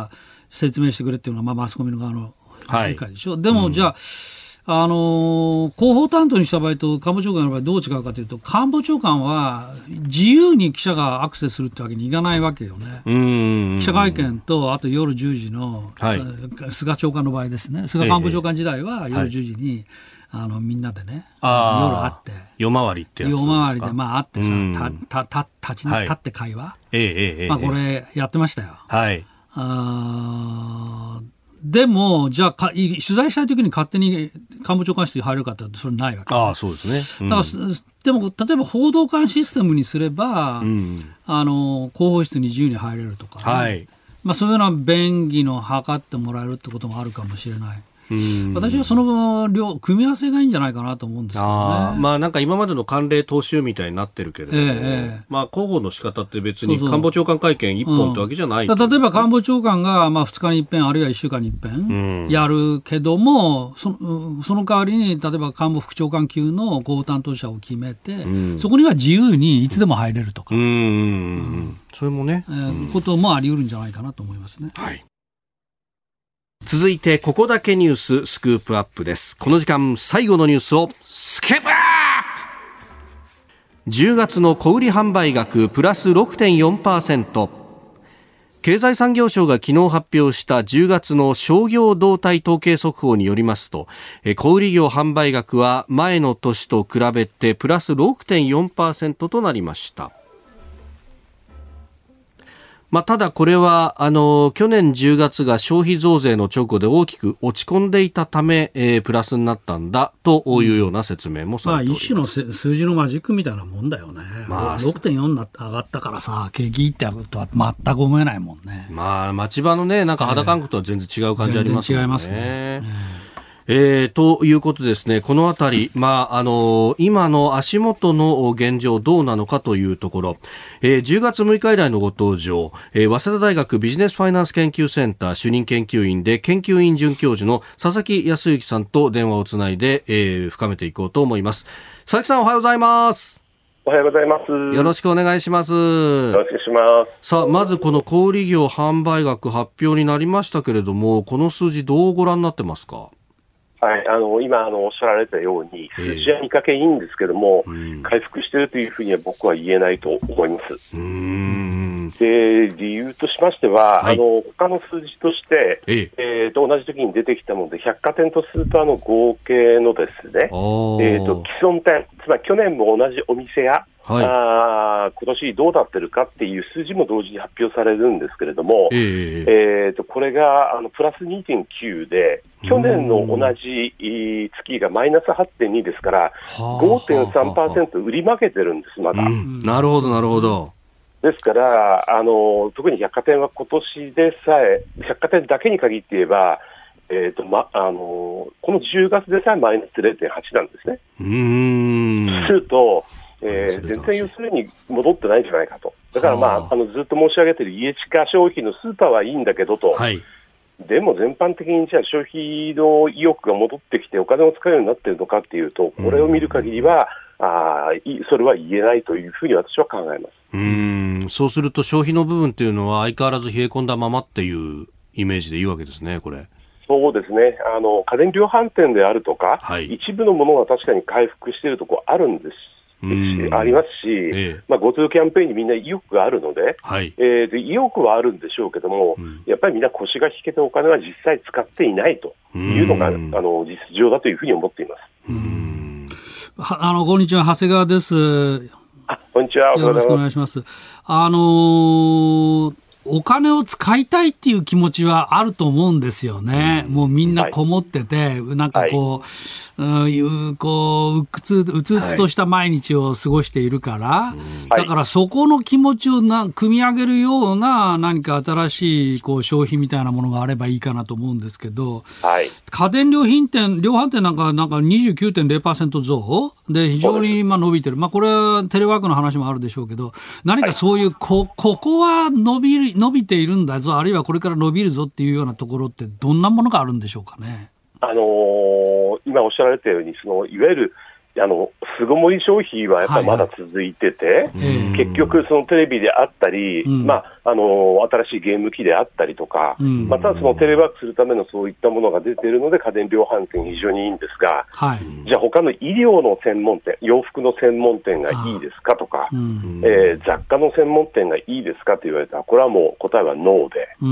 説明してくれっていうのが、まあ、マスコミの側の理解でしょ、はい、でも、うん、じゃあ、あの広報担当にした場合と官房長官の場合どう違うかというと、官房長官は自由に記者がアクセスするってわけにいかないわけよね。うん記者会見とあと夜じゅうじの、はい、菅長官の場合ですね、菅官房長官時代は夜じゅうじに、ええあのみんなでね夜会って夜回りってやつですか。 夜回りでまあ会ってさたたた立ち、はい、立って会話、ええまあ、これやってましたよ。はい、あでもじゃあか取材したいときに勝手に官房長官室に入るかってそれないわけ。 ああそうですね、うん、 だからでも例えば報道官システムにすれば、うん、あの広報室に自由に入れるとか、ねはいまあ、そういうような便宜の図ってもらえるってこともあるかもしれない。私はその両組み合わせがいいんじゃないかなと思うんですけどね。 あまあなんか今までの慣例踏襲みたいになってるけれども、ええまあ、広報の仕方って別に官房長官会見一本ってわけじゃない、 うん、例えば官房長官がまあふつかに一遍あるいはいっしゅうかんに一遍やるけども、うん、そ, その代わりに例えば官房副長官級の広報担当者を決めて、うん、そこには自由にいつでも入れるとか、うんうん、 それもね、 えー、こともあり得るんじゃないかなと思いますね。 はい続いてここだけニューススクープアップです。この時間最後のニュースをスクープアップ。じゅうがつの小売販売額プラス ろくてんよんパーセント。 経済産業省が昨日発表したじゅうがつの商業動態統計速報によりますと、小売業販売額は前の年と比べてプラス ろくてんよんパーセント となりました。まあ、ただこれはあの去年じゅうがつが消費増税の直後で大きく落ち込んでいたため、えー、プラスになったんだというような説明もされております。 まあ、一種の数字のマジックみたいなもんだよね、まあ、ろくてんよん になって上がったからさ景気いいってことは全く思えないもんね。 まあ、町場のねなんか肌感覚とは全然違う感じありますもんね。 全然違いますね、えーえー、ということですね、このあたり、まああのー、今の足元の現状どうなのかというところ、えー、じゅうがつむいか以来のご登場、えー、早稲田大学ビジネスファイナンス研究センター主任研究員で研究員准教授の佐々木康之さんと電話をつないで、えー、深めていこうと思います。佐々木さんおはようございます。 おはようございます。 よろしくお願いします。 よろしくお願いします。 さあまずこの小売業販売額発表になりましたけれども、この数字どうご覧になってますか。 はい、あの今あのおっしゃられたように数字は見かけいいんですけども、えー、回復しているというふうには僕は言えないと思います。うーんで理由としましては、はい、あの他の数字として、えーえー、と同じ時に出てきたもので百貨店とスーパーの合計のですね、えー、と既存店、つまり去年も同じお店やはい、あ今年どうなってるかっていう数字も同時に発表されるんですけれども、えーえー、とこれがあのプラス にてんきゅう で去年の同じ月がマイナス はちてんに ですから ごてんさんパーセント 売り負けてるんですまだ、うん、 なるほどなるほど。 ですからあの特に百貨店は今年でさえ百貨店だけに限って言えばえーとま、あのこのじゅうがつでさえマイナス れいてんはち なんですね。うーんするとえー、全然要するに戻ってないんじゃないかと。だから、まあ、あのずっと申し上げている家近消費のスーパーはいいんだけどと、はい、でも全般的にじゃあ消費の意欲が戻ってきてお金を使うようになっているのかっていうと、これを見る限りはあそれは言えないというふうに私は考えます。 うーんそうすると消費の部分っていうのは相変わらず冷え込んだままっていうイメージでいいわけですねこれ。 そうですね、あの家電量販店であるとか、はい、一部のものは確かに回復しているところあるんですありますし、ええまあ、GoTo キャンペーンにみんな意欲があるので、はいえー、で意欲はあるんでしょうけども、うん、やっぱりみんな腰が引けてお金は実際使っていないというのが、うん、あの実情だというふうに思っています。 うんあのこんにちは長谷川です。 あこんにちはよろしくお願いします。あのーお金を使いたいっていう気持ちはあると思うんですよね。もうみんなこもってて、はい、なんかこう、はい、うん、こう、うつうつ、うつうつとした毎日を過ごしているから、はい、だからそこの気持ちをな、組み上げるような何か新しいこう消費みたいなものがあればいいかなと思うんですけど、はい、家電量品店、量販店なんかなんか にじゅうきゅうてんれいパーセント 増で非常にまあ伸びてる。まあこれはテレワークの話もあるでしょうけど、何かそういうこ、ここは伸びる、伸びているんだぞ、あるいはこれから伸びるぞっていうようなところってどんなものがあるんでしょうかね。 あのー、今おっしゃられたようにそのいわゆるあの巣ごもり消費はやっぱりまだ続いてて、はいはい、結局そのテレビであったり、うんまあ、 あの新しいゲーム機であったりとか、うん、またそのテレワークするためのそういったものが出ているので家電量販店非常にいいんですが、はい、じゃあ他の医療の専門店、洋服の専門店がいいですかとか、うん、えー、雑貨の専門店がいいですかと言われたらこれはもう答えはノーで、うん、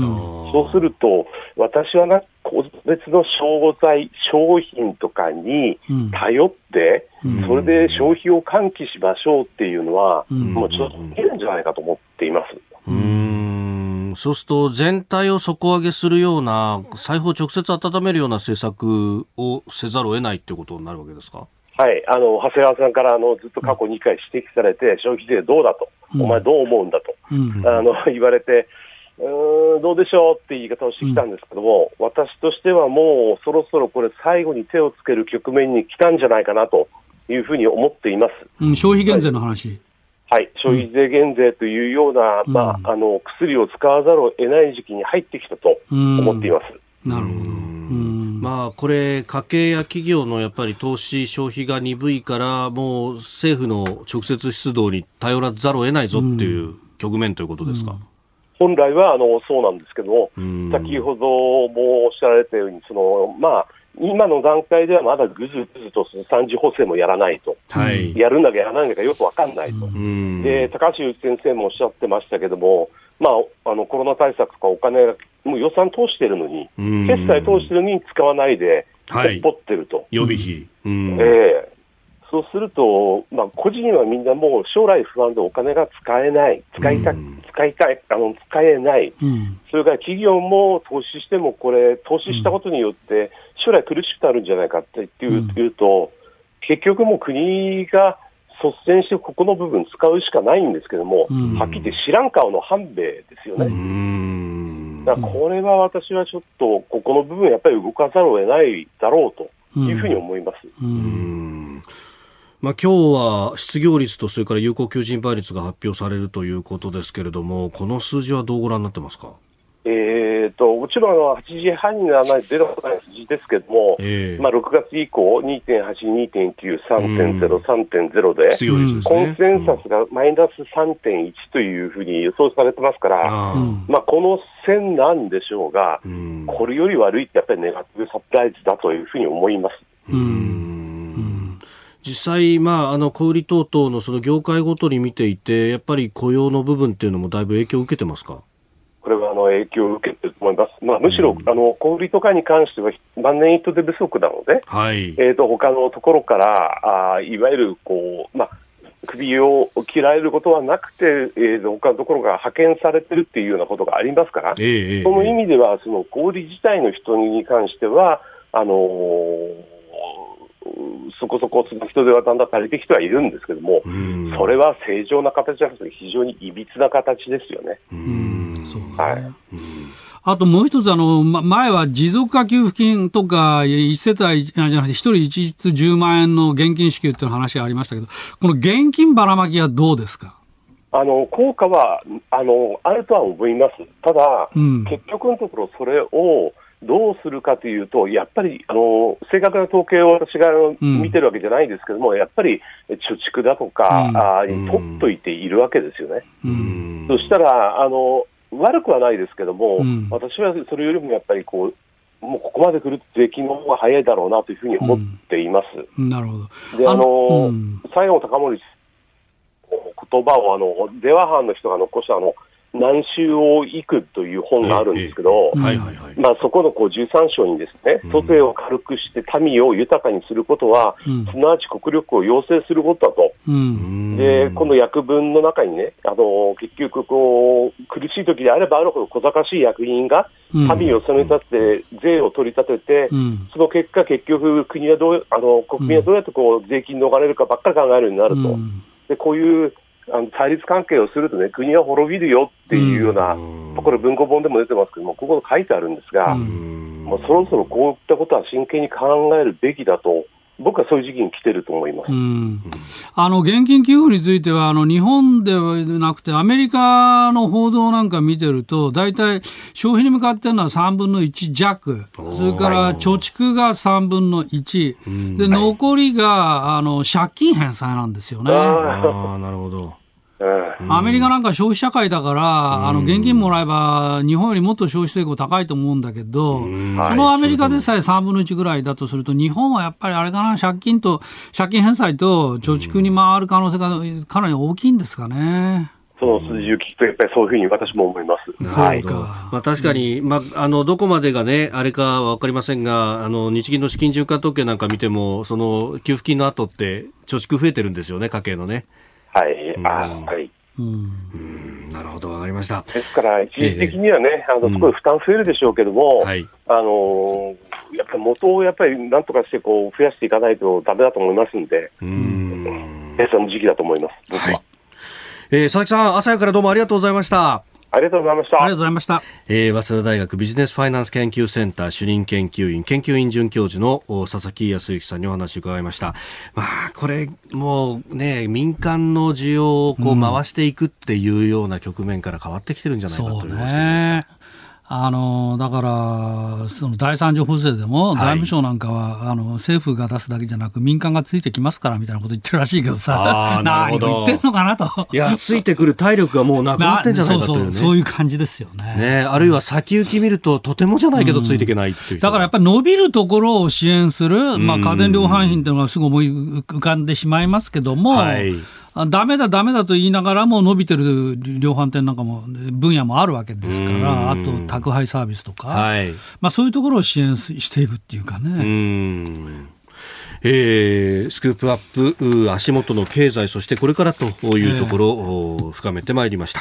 そうすると私はな個別の商材商品とかに頼って、うん、それで消費を喚起しましょうっていうのは、うん、もうちょっといるんじゃないかと思っています。 うーん、そうすると全体を底上げするような財布を直接温めるような政策をせざるを得ないってことになるわけですか。 はい、あの長谷川さんからあのずっと過去にかい指摘されて、うん、消費税どうだと、うん、お前どう思うんだと、うん、あの言われて、うーんどうでしょうって言い方をしてきたんですけども、うん、私としてはもうそろそろこれ最後に手をつける局面に来たんじゃないかなというふうに思っています。 うん、消費減税の話、 はいはい、消費税減税というような、うん、まあ、あの薬を使わざるを得ない時期に入ってきたと思っています。 うん、なるほど。うん、 まあ、これ家計や企業のやっぱり投資消費が鈍いからもう政府の直接出動に頼らざるを得ないぞっていう局面ということですか。うんうん、 本来はあのそうなんですけども、先ほどもおっしゃられたようにその、まあ、今の段階ではまだぐずぐずと三次補正もやらないと、はい、やるんだかやらないんだかよく分かんないと、うん、で高橋先生もおっしゃってましたけども、まあ、あのコロナ対策とかお金がもう予算通してるのに、うん、決済通してるのに使わないでほっぽってると、はい、 予備費、うん、 えー、そうすると、まあ、個人はみんなもう将来不安でお金が使えない、使いた、うん、使いたい、あの使えない、うん、それから企業も投資してもこれ投資したことによって将来苦しくなるんじゃないかって言う、言うと、結局もう国が率先してここの部分使うしかないんですけども、うん、はっきり言って知らん顔の半兵衛ですよね。うん、だからこれは私はちょっとここの部分やっぱり動かざるを得ないだろうというふうに思います。うんうん、 まあ、今日は失業率とそれから有効求人倍率が発表されるということですけれども、この数字はどうご覧になってますか。 えー、ともちろんはちじはんにならないと出たことない数字ですけども、えーまあ、ろくがつ以降 にてんはち、にてんきゅう、さんてんゼロ、さんてんゼロ で、うん、コンセンサスがマイナス さんてんいち というふうに予想されてますから、うんまあ、この線なんでしょうが、うん、これより悪いってやっぱりネガティブサプライズだというふうに思います。うん、 実際、まあ、あの小売等々のその業界ごとに見ていてやっぱり雇用の部分っていうのもだいぶ影響を受けてますか。 これはあの影響を受けていると思います。まあ、むしろ、うん、あの小売りとかに関しては万年人手不足なので、はいえー、と他のところからあいわゆるこう、まあ、首を切られることはなくて、えー、と他のところが派遣されているっていうようなことがありますから、えー、その意味ではその小売り自体の人に関してはあのーそこそこその人手はだんだん足りてきてはいるんですけども、うんそれは正常な形じゃなくて非常にいびつな形ですよね。うんそうね、はい、 あともう一つあの、ま、前は持続化給付金とか一世帯じゃなくて一人一律じゅうまんえんの現金支給っていう話がありましたけど、この現金ばらまきはどうですか。 あの効果はあのあるとは思います。ただ、うん、結局のところそれをどうするかというと、やっぱりあの正確な統計を私が見てるわけじゃないですけども、うん、やっぱり貯蓄だとか、うん、あ取っといているわけですよね。うん、そしたらあの悪くはないですけども、うん、私はそれよりもやっぱりこうもうここまで来ると税金の方が早いだろうなというふうに思っています。 うん、なるほど。 であの、うん、西郷隆盛言葉をあの出羽藩の人が残したあの南州を行くという本があるんですけど、まあ、そこのこうじゅうさん章にですね、租税を軽くして民を豊かにすることは、うん、すなわち国力を養成することだと、うん、でこの訳文の中にね、あの結局こう苦しい時であればあるほど小賢しい役人が民を責め立てて税を取り立てて、うん、その結果結局国はどうあの国民はどうやってこう税金逃れるかばっかり考えるようになると、うん、でこういうあの対立関係をするとね、国は滅びるよっていうようなところ、文庫本でも出てますけども、ここ書いてあるんですが、もうそろそろこういったことは真剣に考えるべきだと、僕はそういう時期に来てると思います。 うんあの現金給付についてはあの日本ではなくてアメリカの報道なんか見てると大体消費に向かってるのはさんぶんのいち弱、それから貯蓄がさんぶんのいち、で残りがあの借金返済なんですよね。 ああなるほど。 アメリカなんか消費社会だから、うん、あの現金もらえば日本よりもっと消費成功高いと思うんだけど、うん、そのアメリカでさえさんぶんのいちぐらいだとすると、日本はやっぱりあれかな、借金と借金返済と貯蓄に回る可能性がかなり大きいんですかね。 その数字を聞くと、やっぱりそういうふうに私も思います。 そうか、はい、まあ、確かに、まあ、あのどこまでが、ね、あれかは分かりませんが、あの日銀の資金循環統計なんか見ても、その給付金の後って貯蓄増えてるんですよね、家計のね。 はい、うん、あはいうん、なるほど、分かりました。 ですから一時的にはね、えー、あのすごい負担増えるでしょうけども、うん、はい、あのやっぱり元をやっぱりなんとかしてこう増やしていかないとダメだと思いますんで、うん、閉鎖の時期だと思います、僕は。はい、 えー、佐々木さん、朝からどうもありがとうございました。 ありがとうございました。 ありがとうございました。 えー、早稲田大学ビジネスファイナンス研究センター主任研究員、研究員准教授の佐々木康之さんにお話を伺いました。まあ、これ、もうね、民間の需要をこう回していくっていうような局面から変わってきてるんじゃないかというそうね。あのだからその第三次補正でも、財務省なんかは、はい、あの政府が出すだけじゃなく民間がついてきますからみたいなこと言ってるらしいけどさ、何を言ってんのかなと。 いや、ついてくる体力がもうなくなってんじゃないかというね。 そうそう、そういう感じですよね。 ね、あるいは先行き見るととてもじゃないけどついていけないっていう、うん、 だからやっぱり伸びるところを支援する、まあ、家電量販品というのはすぐ思い浮かんでしまいますけども、はい、ダメだダメだと言いながらも伸びてる量販店なんかも分野もあるわけですから、あと宅配サービスとか、はい、まあ、そういうところを支援していくっていうかね。うーん、 えー、スクープアップ足元の経済、そしてこれからというところを深めてまいりました。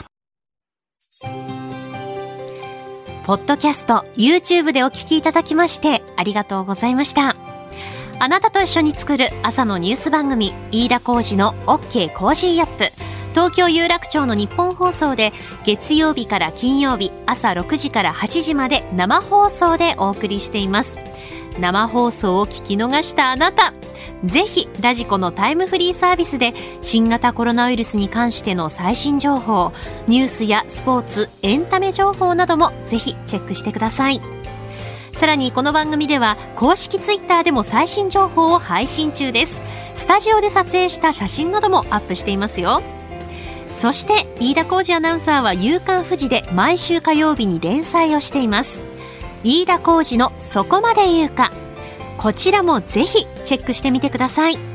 ポッドキャスト YouTube でお聞きいただきましてありがとうございました。あなたと一緒に作る朝のニュース番組、飯田浩司の OK コージーアップ。東京有楽町の日本放送で月曜日から金曜日朝ろくじからはちじまで生放送でお送りしています。生放送を聞き逃したあなた、ぜひラジコのタイムフリーサービスで新型コロナウイルスに関しての最新情報、ニュースやスポーツ、エンタメ情報などもぜひチェックしてください。さらにこの番組では公式ツイッターでも最新情報を配信中です。スタジオで撮影した写真などもアップしていますよ。そして飯田浩司アナウンサーは夕刊フジで毎週火曜日に連載をしています。飯田浩司のそこまで言うか、こちらもぜひチェックしてみてください。